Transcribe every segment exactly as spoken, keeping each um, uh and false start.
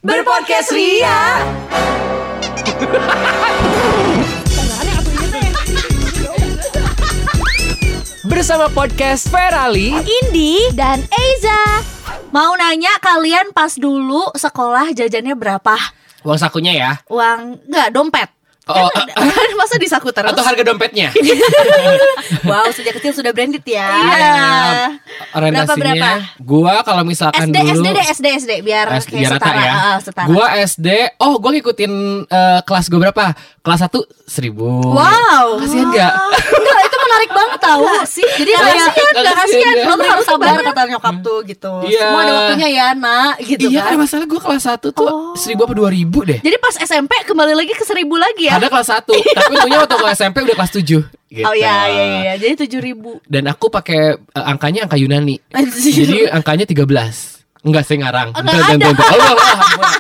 Berpodcast Ria. Bersama podcast Ferali, Indi, dan Eiza. Mau nanya kalian pas dulu sekolah jajannya berapa? uang sakunya ya? Uang, enggak, dompet. Oh, Kan masa di saku terus? atau harga dompetnya? Wow, sejak kecil sudah branded ya. Iya. Orientasinya, Berapa-berapa? gua kalau misalkan S D, dulu S D deh, S D, S D biar S- kayak biar rata setara, ya. uh, setara. Gua S D, oh gua ngikutin eh, kelas gua berapa? Kelas satu seribu. Wow. Kasihan gak? Enggak, itu menarik banget tahu. sih. Jadi Nggak kayak kasihan, nggak enggak kasihan, kasihan, nggak. lo tuh harus sabar kata nyokap tuh gitu. Iya. Semua ada waktunya ya, Nak, gitu Iya, kan. ada masalah gua kelas satu tuh Oh. seribu apa dua ribu deh. Jadi pas S M P kembali lagi ke seribu lagi ya? Ada kelas satu, tapi untungnya waktu gua S M P udah kelas tujuh. Gitu. Oh iya, iya, iya. Jadi tujuh ribu. Dan aku pakai eh, angkanya angka Yunani. Anjir. Jadi angkanya tiga belas. Enggak, saya ngarang. Enggak Bentar, ada. bentar, bentar. Allah, Allah, ampun.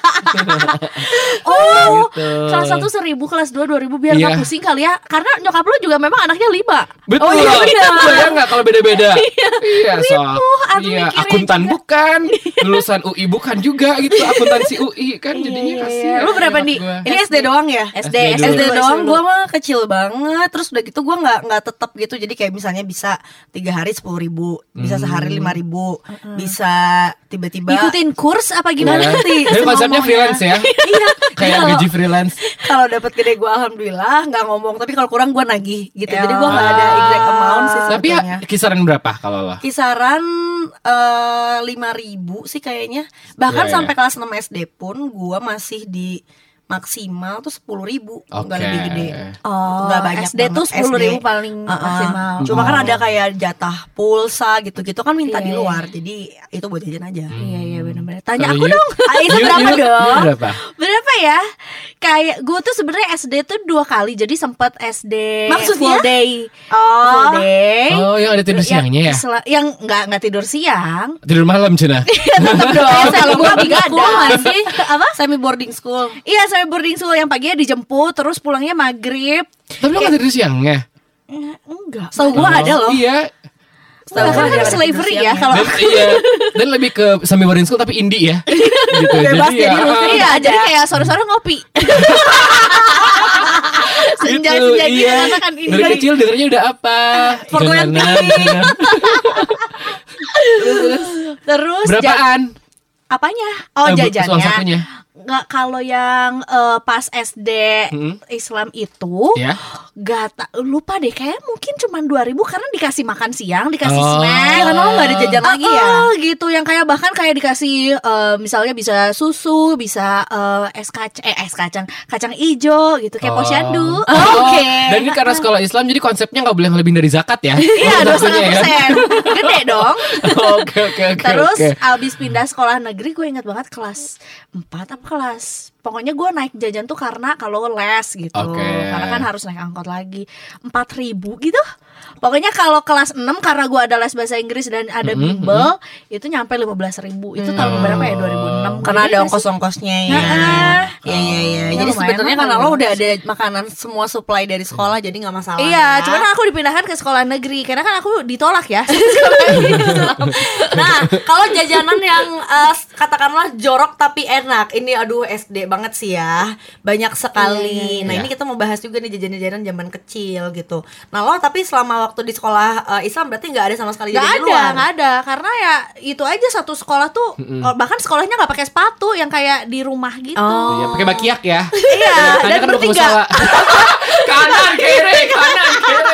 Oh, Gitu. kelas satu seribu, kelas dua dua ribu biar Iya. nggak pusing kali ya. Karena nyokap lu juga memang anaknya lima. Betul. Oh iya benar. Bayang nggak kalau beda-beda? Iya, so. aku Iya, mikirnya akuntan juga. bukan, lulusan U I bukan juga gitu, akuntansi U I kan jadinya Iya, kasihan. lu berapa, anak Di? gua. Ini S D doang ya? S D, S D S D dulu. doang, gue mah kecil banget. Terus udah gitu gue nggak nggak tetap gitu. Jadi kayak misalnya bisa tiga hari sepuluh ribu, bisa sehari lima ribu, bisa tiba-tiba. Ikutin kurs apa Iya. gimana? Jadi konsepnya freelance ya? Iya. Kayak Kalau- gaji freelance. Kalau dapat gede gue alhamdulillah nggak ngomong. Tapi kalau kurang gue nagih gitu. Jadi gue Ya. nggak ada exact amount sih Tapi ya, sebetulnya. kisaran berapa kalau lo? Kisaran eh, lima ribu sih kayaknya. Bahkan Iya, sampai iya. kelas enam S D pun gue masih di maksimal tuh sepuluh ribu, nggak Oke. lebih gede. Oh, Nggak banyak S D tuh banget, sepuluh ribu S D. paling Uh-uh. maksimal. Cuma kan Oh. ada kayak jatah pulsa gitu-gitu kan minta Iya, di iya. luar. Jadi itu buat jajan aja. Iya iya benar-benar. Tanya Kalau aku you- dong. Ah, itu you- berapa you- dong? you berapa? Berapa ya? Kayak gue tuh sebenarnya S D tuh dua kali. Jadi sempat S D Maksudnya? full day. Oh. Full day. Oh, yang ada tidur Yang siangnya ya? sel- Yang nggak nggak tidur siang. Tidur malam Cina. Tetap dong. Kayak Kalau semi gue boarding school begadang. nggak sih? Apa? Semi boarding school. Iya, saya boarding school yang paginya dijemput, terus pulangnya maghrib. Tapi lo gak tidur siangnya? Enggak. Setahu gue ada loh. Iya. Setahu Kan gua kan ada slavery tidur ya siangnya. kalau. Dan, iya. Dan lebih ke semi boarding school tapi indie ya. Gitu. Bebas Jadi jadi ya, lu ah, Iya, jadi kayak sore-sore ngopi. Senja-senja gitu iya. karena kan ini. Dari kecil dengernya udah apa? four twenty. Jalanan. Terus ja- Berapaan? apanya? Oh, Eh, bu- jajannya. uang sakunya. Nggak, kalau yang eh, pas S D Hmm. Islam itu Ya. gak ta- lupa deh, kayak mungkin cuma dua ribu karena dikasih makan siang, dikasih Oh. snack. Ya, karena lo nggak ada jajan Ah, lagi ya. ah, gitu yang kayak bahkan kayak dikasih eh, misalnya bisa susu, bisa eh, es kacang, eh es kacang, kacang ijo gitu kayak Oh. posyandu. Oh, Oke. Dan ini karena sekolah Islam jadi konsepnya nggak boleh lebih dari zakat ya? Iya, dua setengah Satunya ya? persen, gede dong. Oke oke oke. Terus oke. abis pindah sekolah negeri, gue ingat banget kelas empat apa kelas, pokoknya gue naik jajan tuh karena kalau les gitu. Oke. Karena kan harus naik angkot lagi, empat ribu gitu. Pokoknya kalau kelas enam karena gue ada les bahasa Inggris dan ada Mhm, bimbel, itu nyampe lima belas ribu. Itu tahun Hmm. berapa ya, dua ribu enam. Karena ada ongkos-ongkosnya ya. Nah, Iya iya iya. Ya, Jadi lumayan sebetulnya lah karena kalau lo udah ada makanan semua supply dari sekolah jadi nggak masalah. Iya, ya. cuman aku dipindahkan ke sekolah negeri karena kan aku ditolak ya. Nah, kalau jajanan yang eh, katakanlah jorok tapi enak, ini aduh S D banget sih ya, banyak sekali. Iya, iya, Nah iya. ini kita mau bahas juga nih jajanan-jajanan zaman kecil gitu. Nah lo tapi selama waktu di sekolah eh, Islam berarti nggak ada sama sekali Gak jajan di ada, luar. gak ada. Karena ya itu aja satu sekolah tuh, oh, bahkan sekolahnya nggak pakai sepatu yang kayak di rumah gitu. Oh. Iya, pakai bakiak ya. Iya, Tanya dan kan udah bertiga. musola. Kanan kiri, kanan kiri.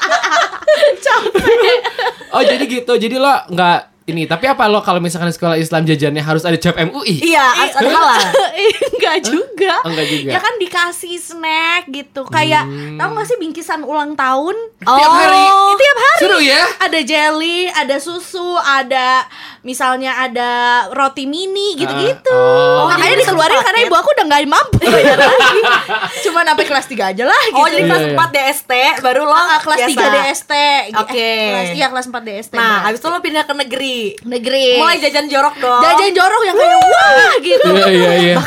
Oh jadi gitu, jadi lo nggak ini, tapi apa lo kalau misalkan sekolah Islam jajannya harus ada cap M U I? Iya, harus ada halal. Enggak juga. Oh, enggak juga. Ya kan dikasih snack gitu. Kayak tahu gak sih bingkisan ulang tahun? Oh. Tiap hari. Tiap hari. Seru ya? Ada jelly, ada susu, ada misalnya ada roti mini gitu-gitu. Ah, oh. Makanya jadi dikeluarin satu karena paket. ibu aku udah gak mampu bayar lagi. Cuma sampai kelas tiga aja lah gitu. Oh jadi kelas Iya, iya. empat D S T baru lo Ah, kelas biasa. tiga D S T. Oke. Kelas, iya kelas empat D S T. Nah abis itu lo pindah ke negeri. negeri. Mulai jajan jorok dong. Jajan jorok yang kayak wah gitu. Iya, iya, iya. Bahkan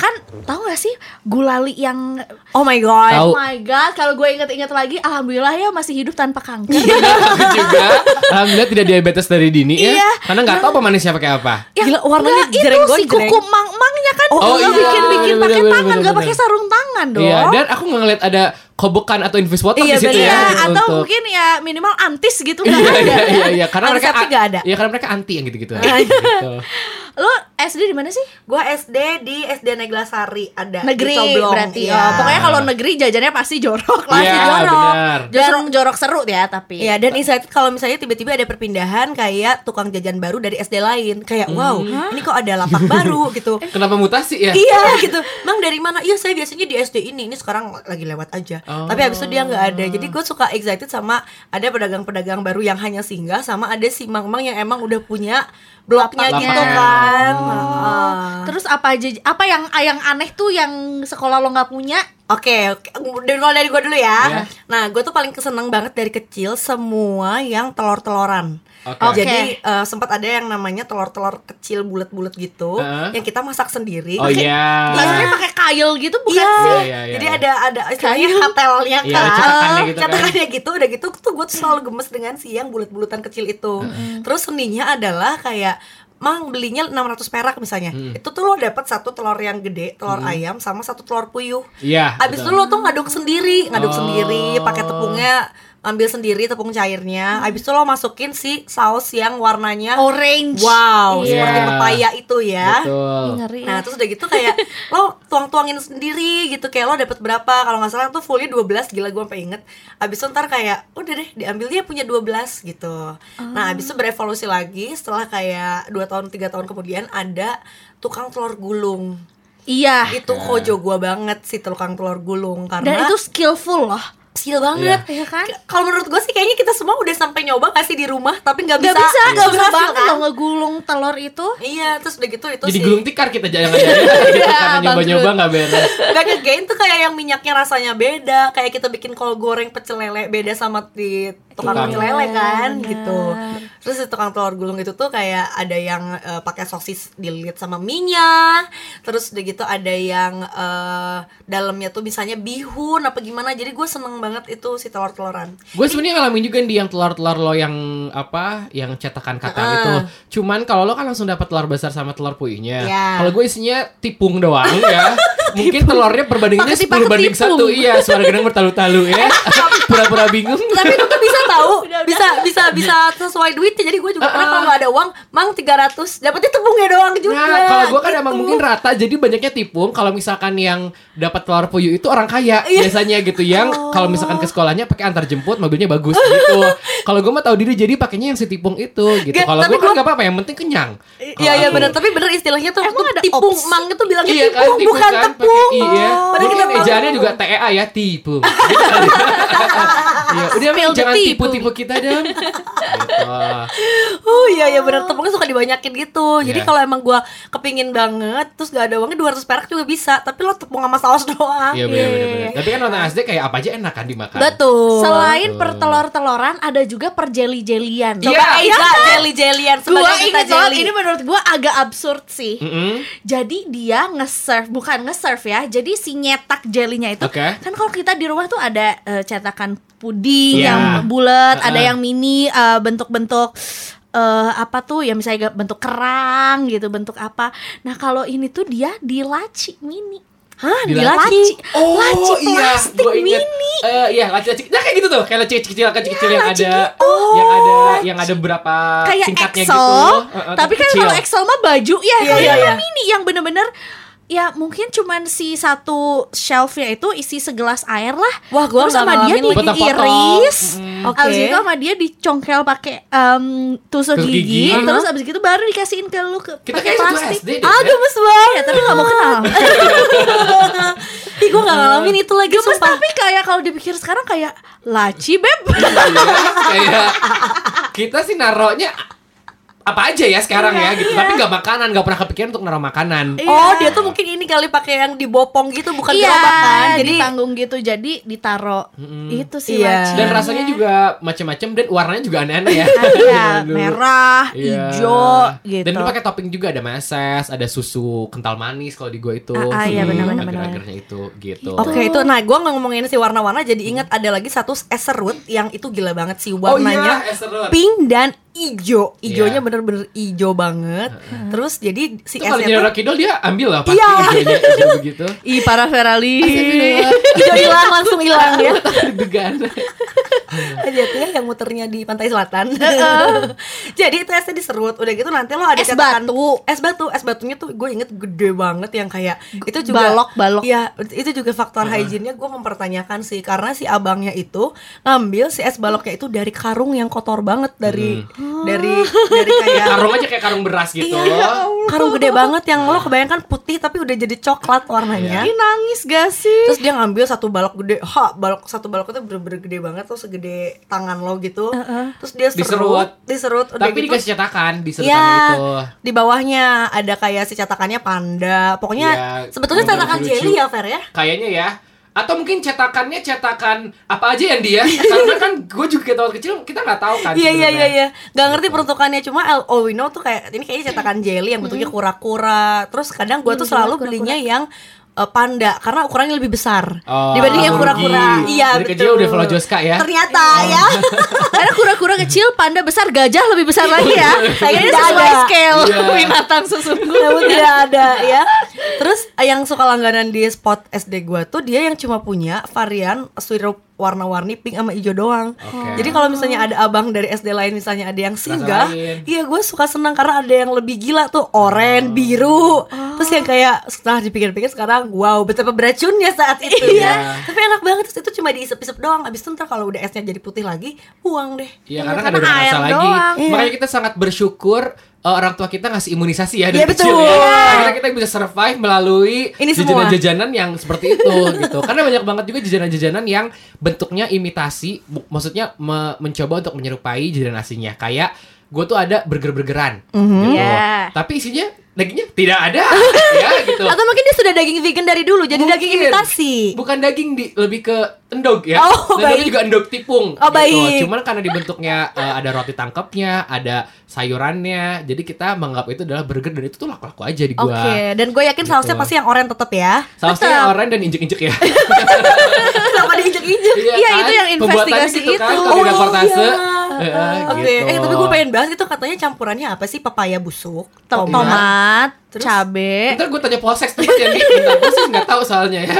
Tahu gak sih gulali yang Oh my god. Tahu. oh my god, kalau gue inget-inget lagi, alhamdulillah ya masih hidup tanpa kanker. Aku juga alhamdulillah tidak diabetes dari dini ya. Iya. Karena nggak tahu pemanisnya pakai apa. Ya, Gila, warnanya enggak, itu jereng-gonjreng. si kuku mang-mangnya kan Oh, lo iya. bikin-bikin Bener, pakai bener, tangan, bener, gak bener. pakai sarung tangan dong. Iya, dan aku nggak ngeliat ada kobokan atau infus water Iya, di situ bener. ya. Iya, gitu atau untuk- mungkin ya minimal antis gitu kan. Iya iya iya iya karena mereka Antiseptik nggak ada. Iya karena mereka anti yang gitu-gitu. Iya. Gitu. Lo S D di mana sih? Gue S D di S D Neglasari ada Negeri di Coblong. berarti. Iya. Oh, pokoknya kalau negeri jajannya pasti jorok lah. Iya, Pasti jorok. benar. Jorok, jorok seru ya tapi. Iya, dan excited kalau misalnya tiba-tiba ada perpindahan kayak tukang jajan baru dari S D lain. Kayak wow, ini kok ada lapak baru gitu. Kenapa mutasi ya? Iya gitu. Mang dari mana? Iya saya biasanya di S D ini. Ini sekarang lagi lewat aja. Oh. Tapi habis itu dia nggak ada. Jadi gue suka excited sama ada pedagang-pedagang baru yang hanya singgah, sama ada si mang-mang yang emang udah punya bloknya Lapaknya. gitu kan. Oh. Heeh. Terus apa aja apa yang yang aneh tuh yang sekolah lo nggak punya? Oke, oke. Dari mulai dari gue dulu ya. Ya. Nah, gue tuh paling keseneng banget dari kecil semua yang telur-teloran. Oke. Jadi eh, sempat ada yang namanya telur-telur kecil bulat-bulat gitu, Heeh. yang kita masak sendiri. Oh iya. Maksudnya pakai kail gitu bukan Iya. sih? Iya, iya, iya, Jadi iya. ada ada istilahnya Kayu. katelnya Iya, kan. ada cetakannya gitu kan. Cetakannya gitu, udah gitu tuh gue tuh selalu gemes dengan si yang bulat-bulatan kecil itu. Terus seninya adalah kayak Mang belinya enam ratus perak misalnya. Hmm. Itu tuh lo dapat satu telur yang gede, telur ayam sama satu telur puyuh. Iya. Abis itu betul. lo tuh ngaduk sendiri, ngaduk Oh. sendiri, pakai tepungnya, ambil sendiri tepung cairnya. Abis itu lo masukin si saus yang warnanya Orange. wow, Iya. seperti pepaya itu ya. Betul. Ngeri. Nah terus udah gitu kayak lo tuang-tuangin sendiri gitu. Kayak lo dapet berapa, kalau gak salah tuh fullnya dua belas. Gila gue sampai inget. Abis itu ntar kayak udah deh diambilnya punya dua belas gitu. Nah abis itu berevolusi lagi. Setelah kayak dua tahun tiga tahun kemudian ada tukang telur gulung. Iya. Itu kojo gue banget sih tukang telur gulung. Karena Dan itu skillful loh. skill banget. Iya kan? K- Kalau menurut gue sih kayaknya kita semua udah sampai nyoba kasih di rumah tapi nggak bisa. Gak bisa, gak bisa berhasil, banget kan? lo ngegulung telur itu. Iya, terus udah gitu itu Jadi sih. gulung tikar kita jangan-jangan gitu, Iya, karena nyoba-nyoba bangkrut. nggak beres. Gak ngegain tuh kayak yang minyaknya rasanya beda. Kayak kita bikin kol goreng pecel lele beda sama di tukang Tukang. pecel lele kan Bener. gitu. Terus di tukang telur gulung itu tuh kayak ada yang eh, pakai sosis dililit sama minyak. Terus udah gitu ada yang eh, dalamnya tuh misalnya bihun apa gimana. Jadi gue seneng banget itu si telur-teloran. Gue sebenarnya ngalamin juga di yang telur-telur lo yang apa, yang cetakan kacang Heeh. itu. Cuman kalau lo kan langsung dapat telur besar sama telur puyuhnya. Iya. Kalau gue isinya tipung doang ya. Mungkin telurnya perbandingannya Pakai sepuluh banding tipung. satu. Iya, suara gedang bertalu-talu ya. Pura-pura bingung. Tapi itu tuh bisa tahu, bisa bisa bisa sesuai duitnya. Jadi gue juga pernah kalau nggak ada uang, mang tiga ratus, dapetnya tepungnya doang juga. Nah, kalau gue kan gitu. emang mungkin rata, jadi banyaknya tipung. Kalau misalkan yang dapat telur puyuh itu orang kaya Iya. biasanya gitu, yang Oh. kalau misalkan ke sekolahnya pakai antar jemput, mobilnya bagus gitu. Kalau gue mah tahu diri, jadi pakainya yang si tipung itu gitu. Gak, Kalau tapi gue kan gua- nggak apa-apa, yang penting kenyang. Iya iya Kalau benar, aku- tapi benar istilahnya tuh Emang tuh ada tipung, ops? mang itu bilangnya Iya kan, tipung, tipung bukan kan, tepung. pakai i ya. Padahal kita Mungkin tahu. ejaannya juga T E A ya, tipung. Gitu kali. Iya, udah Spill the jangan tea, tipu-tipu kita dong. Gitu. Oh iya iya benar, tepungnya suka dibanyakin gitu. Jadi Iya. kalau emang gua kepingin banget terus gak ada uangnya dua ratus perak juga bisa, tapi lo tepung sama saus doang. Iya benar benar benar. Tapi kan nonton S D kayak apa aja enak kan dimakan. Betul. Selain Betul. per telur-teloran ada juga per jelly-jelian. Coba Iya, Eiza kan? jelly-jellyan Gua sebagai kita inget banget, jelly. ini menurut gua agak absurd sih. Mm-mm. Jadi dia nge-serve, bukan nge-serve ya. Jadi si nyetak jelinya itu Oke. kan kalau kita di rumah tuh ada eh, cetakan puding Iya. yang bulat, ada Uh-uh. yang mini eh, bentuk-bentuk eh, apa tuh ya, misalnya bentuk kerang gitu, bentuk apa. Nah, kalau ini tuh dia di laci mini. Hah, Di di laci? laci. Oh Laci iya, plastik gua inget. mini. Eh, iya, laci-laci. Nah kayak gitu tuh, kayak laci kecil-kecil, kecil-kecil yang laci ada, gitu. yang ada, yang ada berapa Kayak tingkatnya Excel, gitu. Eh, eh, tapi kan kecil. kalau Excel mah baju ya, Iya, kalau iya, ini iya. mini yang bener-bener ya mungkin cuman si satu shelfnya itu isi segelas air lah. Wah, gua terus nggak sama dia ngalamin lagi. Potong-potong. diiris. Mm. Oke. Abis itu sama dia dicongkel pakai em, tusuk Tusuk gigi, gigi. terus abis itu baru dikasihin ke lu ke Kita pakai kayak satu plastik. S D deh. Ah, ya. gemes banget. Ya, tapi gak mau kenal. Ih, gue gak ngalamin itu lagi, Gemes, sumpah. tapi kayak kalau dipikir sekarang kayak laci beb. Iya, kayak kita sih naroknya apa aja ya sekarang ya gitu. Iya. Tapi nggak makanan, nggak pernah kepikiran untuk naruh makanan. Iya. Oh, dia tuh mungkin ini kali pakai yang dibopong gitu, bukan Iya, gerobak kan. Jadi ditanggung gitu, jadi ditaro. Itu sih Iya. laci. Dan rasanya juga macam-macam dan warnanya juga aneh-aneh ya. Iya, Aduh. merah, Iya. hijau gitu. Dan dia pakai topping juga, ada meses, ada susu kental manis kalau di gue itu. Ah, ah, iya, Hmm, benar-benar, benar. agar-agarnya itu gitu. Oke itu, nah gue ngomongin si warna-warna jadi ingat ada lagi satu es serut yang itu gila banget sih warnanya, Oh iya, es serut. pink dan ijo, ijonya Iya. bener-bener ijo banget. Terus jadi si Itu kalau esnya jadi tuh Kidul dia ambil lah pasti Iya. hijaunya hijau begitu. Ih, para Ferali. ijo hilang langsung hilang ya. Deg-degan. Aja tuh ya yang muternya di pantai selatan. Jadi itu esnya diserut, udah gitu nanti lo ada Es cetakan- batu. es batu, es batunya tuh gue inget gede banget yang kayak itu juga Balok, balok. Iya, itu juga faktor hygiene-nya gue mempertanyakan sih karena si abangnya itu ngambil si es baloknya itu dari karung yang kotor banget dari dari dari kayak Karung aja kayak karung beras gitu. Iya, karung gede banget yang lo kebayangkan putih tapi udah jadi coklat warnanya. Ih, nangis gak sih? Terus dia ngambil satu balok gede, ha, balok satu balok itu bener-bener gede banget tuh segede tangan lo gitu. Terus dia serut, Diserut. diserut, udah Tapi gitu. dikasih cetakan di serutannya Iya, itu. di bawahnya ada kayak si cetakannya panda. Pokoknya Iya, sebetulnya gambar cetakan lucu-lucu. jelly ya, Fer ya. Kayaknya ya. Atau mungkin cetakannya cetakan apa aja yang dia? Karena kan gue juga waktu kecil kita nggak tahu kan. Iya iya sebenarnya. iya iya. Gak ngerti peruntukannya, cuma all all we know tuh kayak ini kayaknya cetakan jelly yang bentuknya kura-kura. Terus kadang gue tuh selalu belinya yang uh, panda karena ukurannya lebih besar Oh, dibanding yang rugi. kura-kura. Iya Dari betul. kecil udah follow Joska ya. Ternyata ya. Karena kura-kura kecil, panda besar, gajah lebih besar lagi ya. Kayaknya Tidak sesuai ada. scale Iya. binatang sesungguhnya. Namun tidak ada ya. Terus yang suka langganan di spot S D gua tuh dia yang cuma punya varian sirup warna-warni pink sama hijau doang. Oke. Jadi kalau misalnya ada abang dari S D lain misalnya ada yang singgah, lain. iya gue suka senang karena ada yang lebih gila tuh oranye, biru. Terus yang kayak setelah dipikir-pikir sekarang wow betapa beracunnya saat itu ya. Tapi enak banget, terus itu cuma diisep-isep doang. Abis itu ntar kalau udah esnya jadi putih lagi, buang deh. Iya, Iya, karena kan karena ada rasa air lagi. doang. Iya. Makanya kita sangat bersyukur uh, orang tua kita ngasih imunisasi ya dari Iya, kecil betul. ya. Akhirnya kita bisa survive melalui Ini semua. jajanan-jajanan yang seperti itu gitu. Karena banyak banget juga jajanan-jajanan yang bentuknya imitasi, bu- maksudnya me- mencoba untuk menyerupai jajanan aslinya. Kayak gue tuh ada burger-burgeran gitu. Iya. Tapi isinya dagingnya tidak ada ya gitu. Atau mungkin dia sudah daging vegan dari dulu, jadi daging Mungkin. imitasi. Bukan daging di lebih ke endog ya. Oh, Dan baik. itu juga endog tipung. Oh, baik. Cuman karena dibentuknya eh, ada roti tangkepnya, ada sayurannya, jadi kita menganggap itu adalah burger dan itu tuh laku-laku aja di Oke, gua. dan gue yakin Gitu. sausnya pasti yang oranye tetep ya. Sausnya yang oranye dan injek-injek ya. Kenapa diinjek-injek? Iya, itu yang Pembuatannya investigasi gitu kan, itu. kalau di Oh, reportase. iya. Eh, eh, Oke, gitu. eh tapi gue pengen bahas itu katanya campurannya apa sih? Pepaya busuk, To- tomat. Tomat, Terus? cabe. Ntar gue tanya polsek tempat yang di bentar, gue sih nggak tahu soalnya ya.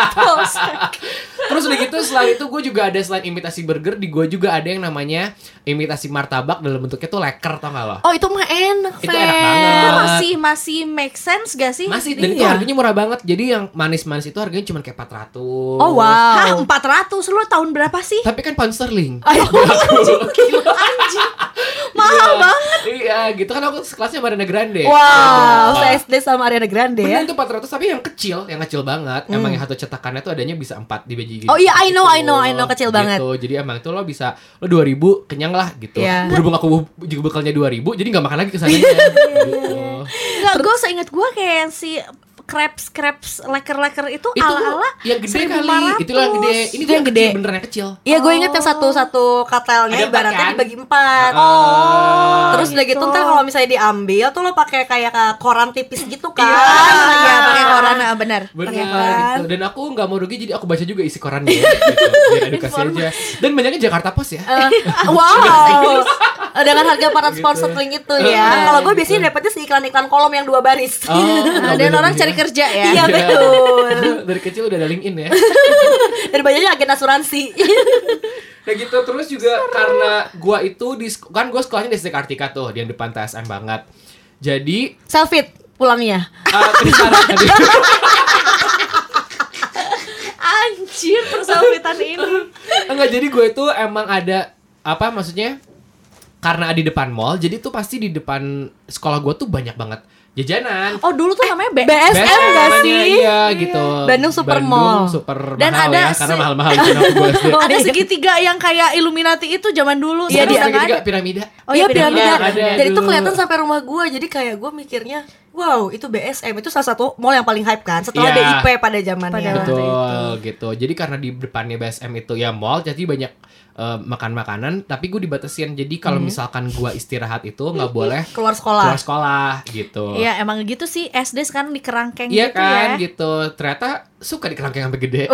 Terus udah gitu selain itu gue juga ada selain imitasi burger di gue juga ada yang namanya imitasi martabak dalam bentuknya tuh leker, tau gak lo? Oh itu mah enak, Itu Fer. enak banget. Itu masih masih make sense gak sih? Masih, dan itu Iya. harganya murah banget. Jadi yang manis-manis itu harganya cuma kayak empat ratus. Oh wow. Hah, empat ratus lu tahun berapa sih? Tapi kan pound sterling. Ayo, Anjing. Mahal Iya. banget. Iya, gitu kan aku kelasnya Mariana Grande. wow, Iya. se-S D sama Ariana Grande ya. Bener itu empat ratus tapi yang kecil, yang kecil banget. Emang yang satu cetakannya tuh adanya bisa empat di biji. Oh iya, I know, I know, I know, kecil banget. Gitu. Jadi emang itu lo bisa lo dua ribu kenyang lah gitu. Iya. Berhubung aku juga bekalnya dua ribu jadi nggak makan lagi kesananya. gitu. Enggak, gue seinget gue kayak si crepes crepes leker-leker itu, Itu ala-ala yang gede seribu kali. lima ratus. Itu yang gede. Ini Itu tuh yang yang gede. gede, beneran yang kecil. Iya, gue inget yang satu-satu katelnya Ada empat, ibaratnya kan? dibagi empat. Oh. Terus udah gitu ntar kalau misalnya diambil tuh lo pakai kayak ka- koran tipis gitu kan. Iya. Ah, iya, pakai koran, ah, benar. Benar Iya kan? gitu. Dan aku nggak mau rugi jadi aku baca juga isi korannya ya, gitu. Biar edukasi aja. Dan banyaknya Jakarta Post ya. Eh, wow. Dengan harga empat ratus pound Gitu. sterling itu ya. Kalau gue biasanya dapetnya si iklan-iklan kolom yang dua baris. Oh, Nah, dan orang cari kerja ya. Iya betul. Dari kecil udah ada LinkedIn ya. Dan banyaknya agen asuransi. Nah gitu terus juga karena gua itu di sek- kan gua sekolahnya di S D Kartika tuh di yang depan T S M banget. Jadi Selfie pulangnya. uh, tadi Sarah tadi Anjir, persahabatan ini. enggak jadi gue itu emang ada apa maksudnya karena di depan mall jadi tuh pasti di depan sekolah gua tuh banyak banget jajanan. Oh dulu tuh namanya B- B S M nggak namanya, sih? Iya gitu. Bandung Super Bandung Mall. super Dan mahal ada ya, karena se- mahal-mahal itu waktu gue S D. ada segitiga yang kayak Illuminati itu zaman dulu. Iya, sekarang di udah nggak segitiga ada. piramida. Oh iya iya piramida. piramida. Ada Dan itu dulu. kelihatan sampai rumah gue. Jadi kayak gue mikirnya, wow itu B S M itu salah satu mall yang paling hype kan. Setelah Iya. B I P pada zamannya. Pada waktu Betul gitu. Jadi karena di depannya B S M itu ya mall, jadi banyak eh, makan makanan. Tapi gue dibatasin. Jadi kalau misalkan gue istirahat itu nggak boleh Keluar sekolah. keluar sekolah gitu. Iya emang gitu sih S D sekarang di kerangkeng Iya gitu kan ya. gitu. Ternyata suka di kerangkeng sampai gede.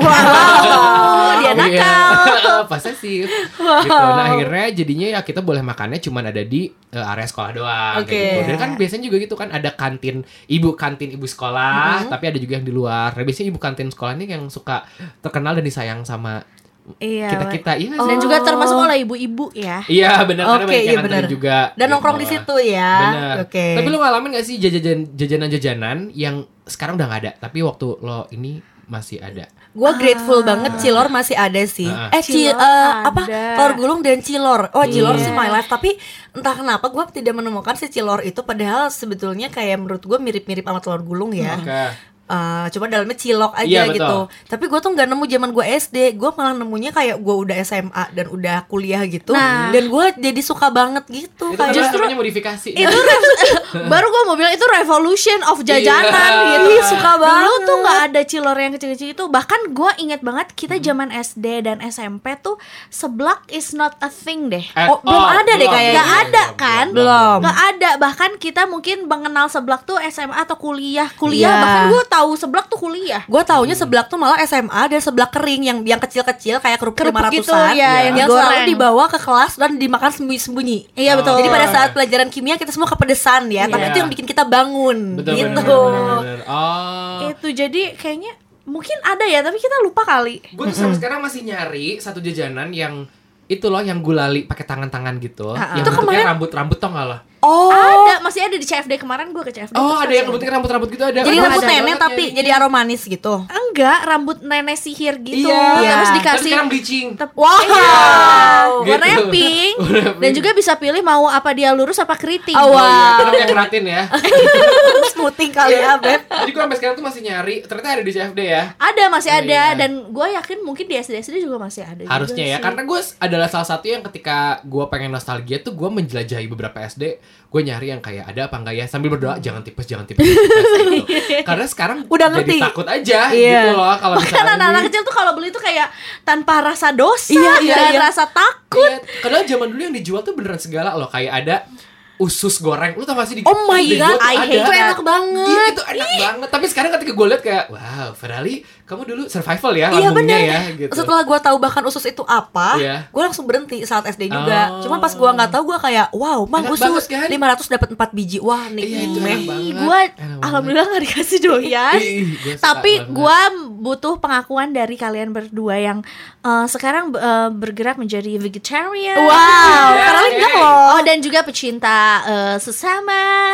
Wow, dia nakal. Posesif gitu. Nah akhirnya jadinya ya kita boleh makannya cuman ada di uh, area sekolah doang Oke. kayak gitu. Dan kan biasanya juga gitu kan ada kantin ibu kantin ibu sekolah, tapi ada juga yang di luar. Nah, biasanya ibu kantin sekolah ini yang suka terkenal dan disayang sama Iya. kita-kita. Iya nggak sih? Dan juga termasuk oleh ibu-ibu ya. Iya benar karena Oke, banyak iya yang nganterin benar. juga. Dan nongkrong di gitu. situ ya. Benar. Oke. Tapi lu ngalamin gak sih jajanan jajanan-jajanan yang sekarang udah gak ada, tapi waktu lo ini masih ada? Gue grateful banget Cilor masih ada sih. Ah. Eh Ci- Cilor eh, apa? ada. Telur gulung dan Cilor. Oh Cilor Iya. sih my life. Tapi entah kenapa gue tidak menemukan si Cilor itu. Padahal sebetulnya kayak menurut gue mirip-mirip sama telur gulung ya. Oke. Eh, cuma dalamnya cilok aja Iya, betul. gitu. Tapi gue tuh nggak nemu zaman gue S D. Gue malah nemunya kayak gue udah S M A dan udah kuliah gitu. Nah. Dan gue jadi suka banget gitu. Itu Kayak justru namanya modifikasi. Itu rev- baru gue mau bilang itu revolution of jajanan Iya. gitu. Ih, suka Dulu banget. tuh nggak ada cilor yang kecil-kecil itu. Bahkan gue inget banget kita zaman S D dan S M P tuh seblak is not a thing deh. At Oh, belum all. ada deh Belum, kayaknya. Nggak ada kan? Belum. Nggak ada. Bahkan kita mungkin mengenal seblak tuh S M A atau kuliah. Kuliah Iya. bahkan gue tahu seblak tuh kuliah. Gue taunya seblak tuh malah S M A dan seblak kering yang yang kecil-kecil kayak kerupuk Kerupuk lima gitu, ratusan ya, yang, yang selalu digoreng. dibawa ke kelas dan dimakan sembunyi-sembunyi. Iya betul. Jadi pada Oh, saat iya. pelajaran kimia kita semua kepedesan ya, tapi Iya. itu yang bikin kita bangun Betul, gitu. benar, benar, benar. Oh. Itu jadi kayaknya mungkin ada ya tapi kita lupa kali. Gue tuh sampai sekarang masih nyari satu jajanan yang itu loh yang gulali pakai tangan-tangan gitu. Ah, ah. Yang Itu bentuknya kemarin- rambut-rambut tau gak lah? Oh, Ada, masih ada di C F D kemarin gue ke C F D. Oh, terus ada masih yang bentuknya rambut-rambut gitu ada. jadi Ada, rambut ada nenek banget tapi nyarinya. jadi aromanis gitu. enggak, rambut nenek sihir gitu. Iya. Terus Iya. dikasih Terus sekarang bleaching. tep- Wow. Iya. Gitu. Warnanya pink. Warna pink. Dan juga bisa pilih mau apa dia lurus apa keriting. Oh, Oh, wow. iya, karena kayak keratin ya. Smoothing kali ya, Beb. Jadi gue sampai sekarang tuh masih nyari. Ternyata ada di C F D ya. Ada, masih Oh, ada. iya. Dan gue yakin mungkin di S D S D juga masih ada. juga Harusnya ya, sih. karena gue adalah salah satu yang ketika gue pengen nostalgia tuh gue menjelajahi beberapa S D, gue nyari yang kayak ada apa enggak ya, sambil berdoa jangan tipes jangan tipes, jangan tipes gitu. Karena sekarang Udah jadi ngerti. takut aja Iya. gitu loh kalau Bahkan misalnya anak-anak kecil tuh kalau beli tuh kayak tanpa rasa dosa Iya, iya, dan iya. rasa takut. Iya, padahal zaman dulu yang dijual tuh beneran segala loh, kayak ada usus goreng, lu tau gak sih di Oh my dijual god, tuh I ada. hate itu that. enak banget. Iya itu enak banget. Tapi sekarang ketika gue lihat kayak, wow, Ferrari, kamu dulu survival ya Iya lambungnya bener. ya gitu. Setelah gue tahu bahkan usus itu apa, Iya. gue langsung berhenti saat S D juga. Oh. Cuma pas gue nggak tahu gue kayak, wow, mang Enak usus banget kan? lima ratus dapat empat biji, wah Iya, itu nikmat. enak banget. Gue Enak alhamdulillah gak dikasih doyan. Ih, gua suka Tapi banget. gue butuh pengakuan dari kalian berdua yang eh, sekarang eh, bergerak menjadi vegetarian. Wow, Iya, karena oke. enggak loh. Oh dan juga pecinta eh, sesama.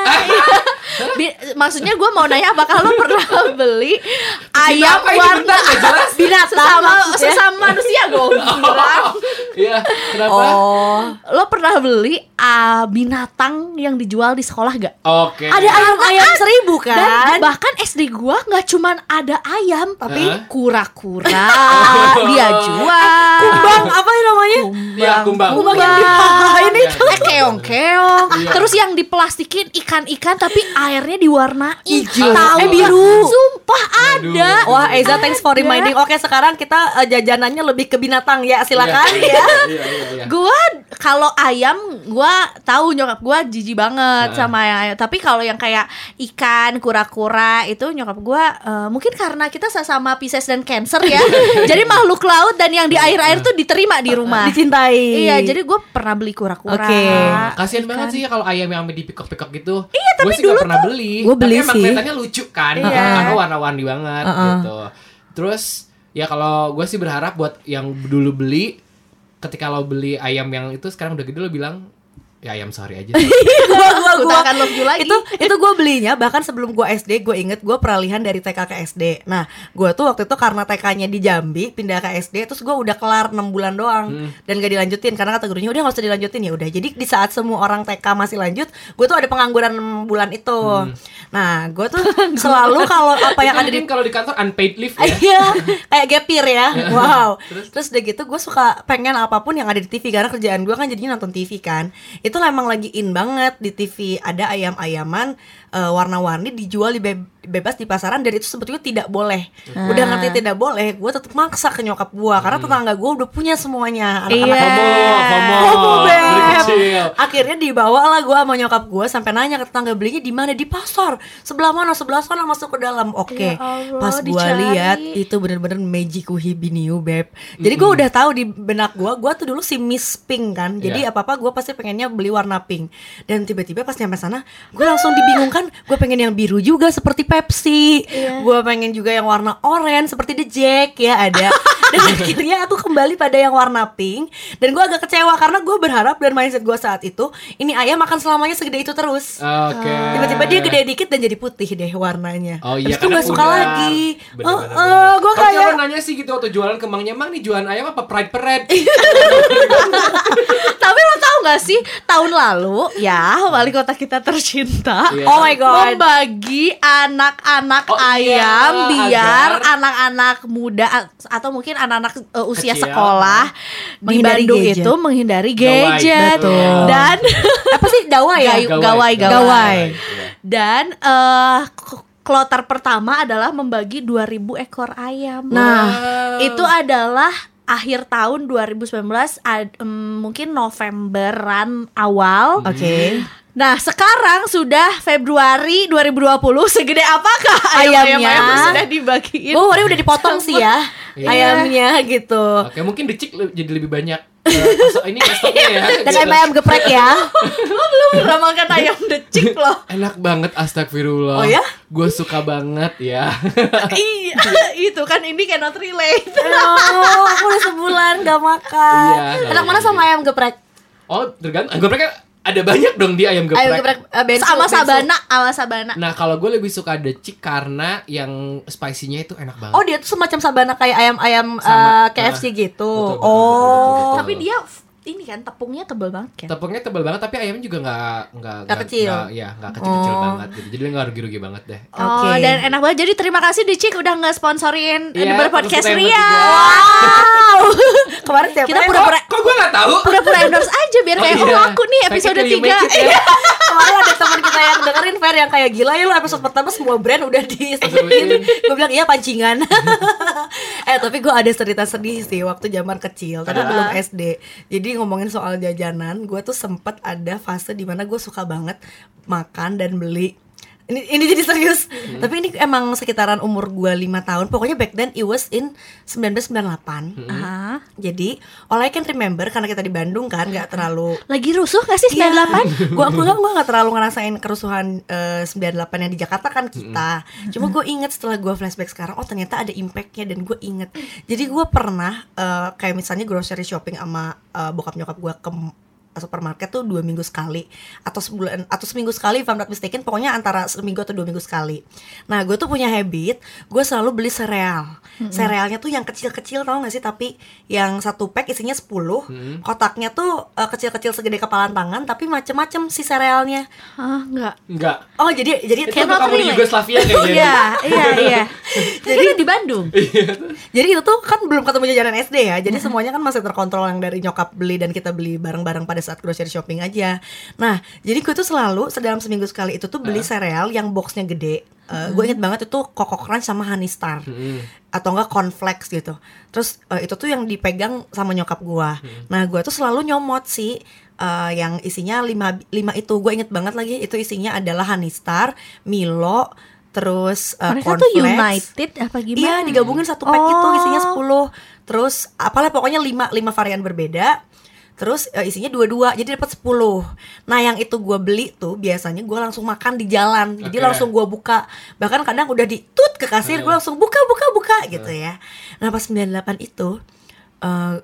Bi- maksudnya gue mau nanya apakah lo pernah beli ayam apa ini? warna Bentar, nggak jelas. Binatang sesama maksudnya. sesama manusia gue bilang. Iya, kenapa? Oh, Lo pernah beli ah, binatang yang dijual di sekolah gak? Oke. ada ayam ayam seribu Dan kan? bahkan S D gua nggak cuman ada ayam, tapi Hah? kura-kura dia jual. Kumbang apa yang namanya? Iya, kumbang. Kumbang yang Kumbang. dipahain Iya. itu. Eh, keong-keong. Iya. Terus yang diplastikin ikan-ikan tapi airnya diwarnai Hijau. Tahu Eh, nggak? biru. Sumpah Aduh. ada. Wah, Eza thanks for reminding. Oke, sekarang kita eh, jajanannya lebih ke binatang ya. Silakan Iya, ya. Iya, iya, iya. Gua kalau ayam gua tahu nyokap gua jijik banget Nah. sama yang ayam. Tapi kalau yang kayak ikan, kura-kura itu nyokap gua eh, mungkin karena kita sama Pisces dan Cancer ya. Jadi makhluk laut dan yang di air-air tuh diterima di rumah. Dicintai. Iya, jadi gue pernah beli kura-kura. Oke. Kasian Ikan. banget sih kalau ayam yang dipikok-pikok gitu. Iya, tapi gua sih nggak pernah beli. Gua beli tapi emang sih. kelihatannya lucu kan, Iya. karena warna-warni banget Uh-uh. gitu. Terus ya kalau gue sih berharap buat yang dulu beli, ketika lo beli ayam yang itu sekarang udah gede lo bilang ya ayam sehari aja. Gua gua Kita gua akan love you lagi. Itu itu gue belinya bahkan sebelum gue S D, gue inget gue peralihan dari T K ke S D. Nah, gue tuh waktu itu karena T K-nya di Jambi pindah ke S D, terus gue udah kelar enam bulan doang Hmm. dan gak dilanjutin karena kata gurunya udah nggak usah dilanjutin. Ya udah. Jadi di saat semua orang T K masih lanjut, gue tuh ada pengangguran enam bulan itu. Hmm. Nah, gue tuh selalu kalau apa yang ada di Mungkin kalau di kantor unpaid leave ya. Iya, kayak gap year ya. Wow. Terus? Terus udah gitu gue suka pengen apapun yang ada di T V karena kerjaan gue kan jadinya nonton T V kan. Itu emang lagi in banget di T V, ada ayam-ayaman uh, warna-warni dijual di be- bebas di pasaran dan itu sebetulnya tidak boleh. Hmm. Udah ngerti tidak boleh, gue tetap maksa ke nyokap gue karena tetangga gue udah punya semuanya. Anak-anak Iya. FOMO, FOMO, FOMO, dari Beb. kecil. Akhirnya dibawa lah gue sama nyokap gue sampai nanya ke tetangga belinya di mana, di pasar sebelah mana, sebelah sana masuk ke dalam. Oke, Ya Allah, pas gue dicari. lihat itu bener-bener magic Hibiniu beb. Jadi gue udah tahu di benak gue, gue tuh dulu si Miss Pink kan. Jadi Iya. apa apa gue pasti pengennya beli warna pink. Dan tiba-tiba pas nyampe sana, gue langsung dibingungkan. Gue pengen yang biru juga seperti Pepsi. Iya. Gue pengen juga yang warna oranye seperti The Jack ya ada. Dan akhirnya aku kembali pada yang warna pink. Dan gue agak kecewa karena gue berharap dan mindset gue saat itu ini ayam akan selamanya segede itu terus. Oke. Tiba-tiba dia gede dikit dan jadi putih deh warnanya. Oh iya, Habis itu karena gak suka pudar. lagi. Bener, Oh, bener, oh, bener. gue Harusnya kayak lo nanya sih gitu waktu jualan ke Mangnya, Mang nih jualan ayam apa Pride Parade? Tapi lo tau gak sih tahun lalu ya wali kota kita tercinta Iya. Oh my god. membagi anak-anak Oh iya, ayam biar agar- anak-anak muda a- atau mungkin anak-anak uh, usia Kecil. sekolah di Menghindari Bandung gadget. itu menghindari Gawai, gadget betul. dan apa sih dawai ya? Gayu- gawai, gawai. Gawai. Iya. dan eh k- kloter pertama adalah membagi dua ribu ekor ayam. Nah, Wow. itu adalah akhir tahun dua ribu sembilan belas ad- em, mungkin Novemberan awal. Oke. Nah, sekarang sudah Februari dua ribu dua puluh. Segede apakah ayam-ayam Ayamnya? yang sudah dibagiin? Gue hari udah dipotong sih ya Iya. ayamnya gitu. Oke, mungkin decik le- jadi lebih banyak. Eh, pasok ini stoknya ya. Dan gitu. ayam geprek ya. Lo belum pernah makan ayam decik loh. Enak banget, astagfirullah. Oh ya? Gue suka banget ya. Iya, itu kan ini cannot relate. Oh, aku udah sebulan gak makan. Iya, nggak Enak mana apa-apa. sama ayam geprek? Oh, tergantung. Gepreknya ada banyak dong di ayam geprek. Ayam geprek uh, bensu, Sama bensu. sabana, sama sabana. Nah, kalau gue lebih suka decik karena yang spicy-nya itu enak banget. Oh, dia tuh semacam sabana kayak ayam-ayam Sama, uh, K F C ah, gitu. betul, betul, Oh. betul, betul, betul. Tapi dia f- ini kan tepungnya tebel banget kan. Tepungnya tebal banget tapi ayamnya juga nggak nggak Nggak kecil. nggak- ya nggak kecil-kecil Oh. banget gitu. Jadi nggak rugi-rugi banget deh. Oh, Oke. dan enak banget. Jadi terima kasih Dicik udah nge-sponsorin Iya, The Podcast terus kita yang Ria. bertiga. Wow. Kemarin siapa Kita yang- pura-pura Kok gue nggak tahu? pura-pura endorse aja biar Oh, kayak oh iya. laku nih episode Fake it till you tiga. make it, ya. Kemarin ada teman kita yang dengerin Fer yang kayak gila ya lo episode pertama semua brand udah disebutin. Disebutin. Gue bilang iya pancingan. Eh tapi gue ada cerita sedih sih waktu zaman kecil, tapi Ah. belum S D. Jadi ngomongin soal jajanan, gue tuh sempet ada fase dimana gue suka banget makan dan beli. Ini ini jadi serius. Hmm. Tapi ini emang sekitaran umur gue lima tahun. Pokoknya back then it was in sembilan belas sembilan puluh delapan. Ah, Jadi all I can remember karena kita di Bandung kan nggak terlalu lagi rusuh gak sih sembilan delapan? gue aku nggak gue nggak terlalu ngerasain kerusuhan eh, sembilan puluh delapan yang di Jakarta kan kita. Cuma gue inget setelah gue flashback sekarang, oh ternyata ada impactnya dan gue inget. Jadi gue pernah eh, kayak misalnya grocery shopping sama eh, bokap nyokap gue ke supermarket tuh dua minggu sekali atau sebulan atau seminggu sekali if I'm not mistaken, pokoknya antara seminggu atau dua minggu sekali. Nah gue tuh punya habit, gue selalu beli sereal. Serealnya tuh yang kecil-kecil, tau gak sih, tapi yang satu pack isinya sepuluh, kotaknya tuh eh, kecil-kecil segede kepalan tangan tapi macem-macem si serealnya. Ah, enggak. Enggak. Oh jadi jadi Itu Cannot kamu di relate. Yugoslavia kayaknya. Iya, iya, iya. Jadi di Bandung. jadi itu tuh kan belum ketemu jajanan S D ya. Jadi semuanya kan masih terkontrol yang dari nyokap beli dan kita beli bareng-bareng pada saat grocery shopping aja. Nah, jadi gue tuh selalu dalam seminggu sekali itu tuh beli sereal yang boxnya gede. Uh, gue inget banget itu Coco Crunch sama Honey Star. Hmm. Atau enggak cornflakes gitu. Terus uh, itu tuh yang dipegang sama nyokap gue. Nah, gue tuh selalu nyomot sih uh, yang isinya lima, lima itu. Gue inget banget lagi itu isinya adalah Honey Star, Milo, terus uh, Mereka tuh cornflakes. United apa gimana? Iya, digabungin satu pack Oh. itu isinya sepuluh. Terus apalah pokoknya lima lima varian berbeda. Terus eh, isinya dua-dua, jadi dapat sepuluh. Nah, yang itu gue beli tuh biasanya gue langsung makan di jalan. Jadi Oke. langsung gue buka. Bahkan kadang udah ditut ke kasir, gue langsung buka buka buka gitu ya. Nah, pas sembilan puluh delapan itu eh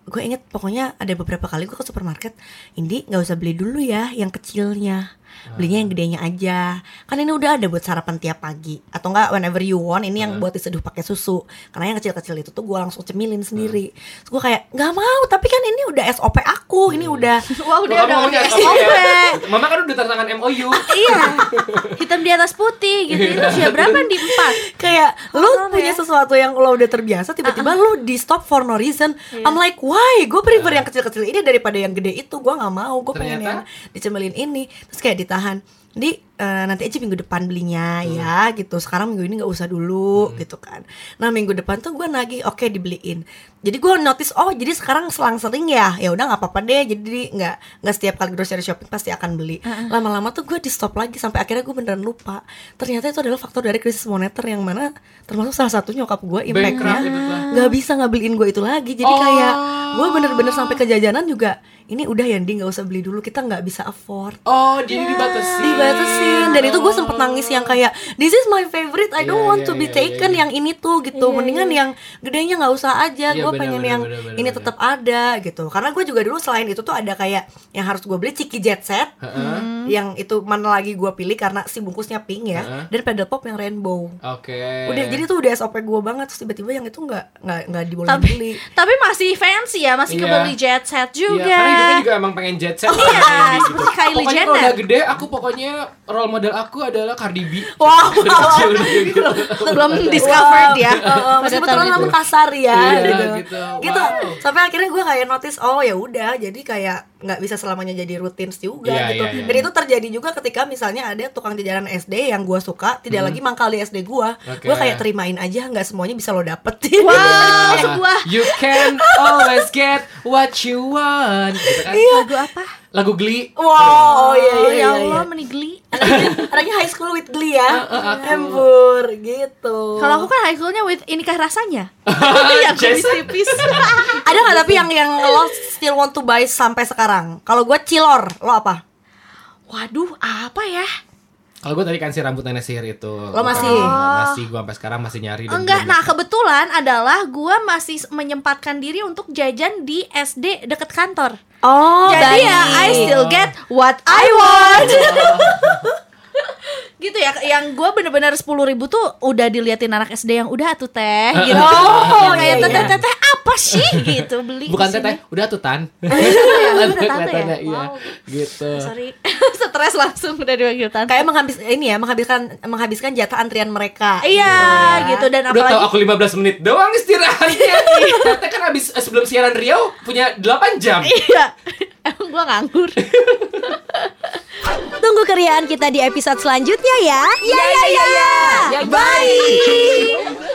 gue inget pokoknya ada beberapa kali gue ke supermarket, Indi nggak usah beli dulu ya yang kecilnya, belinya yang gedenya aja, kan ini udah ada buat sarapan tiap pagi, atau enggak whenever you want ini yang buat diseduh pakai susu, karena yang kecil-kecil itu tuh gue langsung cemilin sendiri. Terus gue kayak nggak mau, tapi kan ini udah S O P aku, ini udah Wah udah Kamu udah maunya udah S O P S O P. ya? Mama kan udah tanda tangan M O U. Iya, hitam di atas putih gitu. Itu usia berapa di empat? kayak lu Horror punya ya. sesuatu yang lo udah terbiasa, tiba-tiba lu di stop for no reason. I'm like why? Gue prefer yang kecil-kecil ini daripada yang gede itu. Gue nggak mau, gue pengen yang Ternyata? dicemilin ini. Terus kayak ditahan di uh, nanti aja minggu depan belinya ya gitu, sekarang minggu ini nggak usah dulu gitu kan. Nah minggu depan tuh gue nagih, oke dibeliin. Jadi gue notice, oh jadi sekarang selang sering ya, ya udah nggak apa-apa deh. Jadi nggak nggak setiap kali grocery shopping pasti akan beli. Lama-lama tuh gue di stop lagi sampai akhirnya gue beneran lupa. Ternyata itu adalah faktor dari krisis moneter yang mana termasuk salah satu nyokap gue impactnya nggak bisa nggak beliin gue itu lagi. Jadi kayak gue bener-bener sampai ke jajanan juga, ini udah ya Di nggak usah beli dulu, kita nggak bisa afford. Oh, jadi dibatasi. Dibatasin. Dan itu gue sempet nangis yang kayak, this is my favorite, I don't Iya, want iya, to be iya, taken iya. yang ini tuh gitu. Mendingan yang gedenya nggak usah aja. Iya, Gue benar, pengen benar, yang benar, benar, ini benar. tetap ada gitu. Karena gue juga dulu selain itu tuh ada kayak yang harus gue beli Ciki Jet Set, Heeh. yang itu mana lagi gue pilih karena si bungkusnya pink ya, Heeh. dan pedal pop yang rainbow. Oke. Udah jadi tuh udah S O P gue banget. Terus tiba-tiba yang itu nggak nggak nggak dibolehin Tapi beli. tapi masih fancy ya, masih Iya. kebeli jet set Iya, juga. karena hidupnya juga emang pengen jet set. Iya, kayak Andy seperti Kylie Pokoknya Jenner. kalau udah gede, aku pokoknya role model aku adalah Cardi B. Wow, Dari kecil udah gitu. Belum discovered ya. Uh, uh, Pada meskipun tahun orang itu. namun kasar ya Iya, gitu. gitu. Gitu. Wow. Sampai akhirnya gue kayak notice, oh ya udah, jadi kayak nggak bisa selamanya jadi rutin juga Iya, gitu. iya, iya. Dan itu terjadi juga ketika misalnya ada tukang jajanan S D yang gue suka tidak lagi mangkal di S D gue. Oke. Gue kayak terimain aja, nggak semuanya bisa lo dapetin. Wow, sebuah You can always get what you want. Gitu kan? lagu apa? Lagu Glee. Wow, oh iya Oh, iya ya iya. Allah, iya. menigli. Anaknya, anaknya high school with Glee ya. Uh, uh, aku. Embur gitu. Kalau aku kan high schoolnya with inikah rasanya. Yang Jason. tipis-tipis. ada nggak tapi yang yang lo still want to buy sampai sekarang? Kalau gue Cilor, lo apa? Waduh, apa ya? Kalau gue tadi kan si rambut nenek sihir itu. Lo masih? Masih, gue sampai sekarang masih nyari. dan Enggak, belum nah dapat. kebetulan adalah gue masih menyempatkan diri untuk jajan di S D deket kantor. Oh, Jadi ya, I still get what I want. Gitu ya, yang gue bener-bener sepuluh ribu tuh udah diliatin anak S D yang udah tuh teh gitu. Oh, Yang kayak iya, teteh iya. teteh apa sih gitu beli. Bukan di sini. teteh, udah tuh tan. Ya, udah tante ya? Kelihatannya, iya. Wow. Gitu. Sorry, stres langsung udah dipanggil tante. Kayak menghabis ini ya, menghabiskan menghabiskan jatah antrian mereka. Iya gitu, dan Udah tau apalagi aku lima belas menit doang istirahatnya. Teteh kan habis eh, sebelum siaran Riau punya delapan jam. iya, emang gue nganggur. Tunggu keriaan kita di episode selanjutnya ya. Ya ya ya. ya. Bye.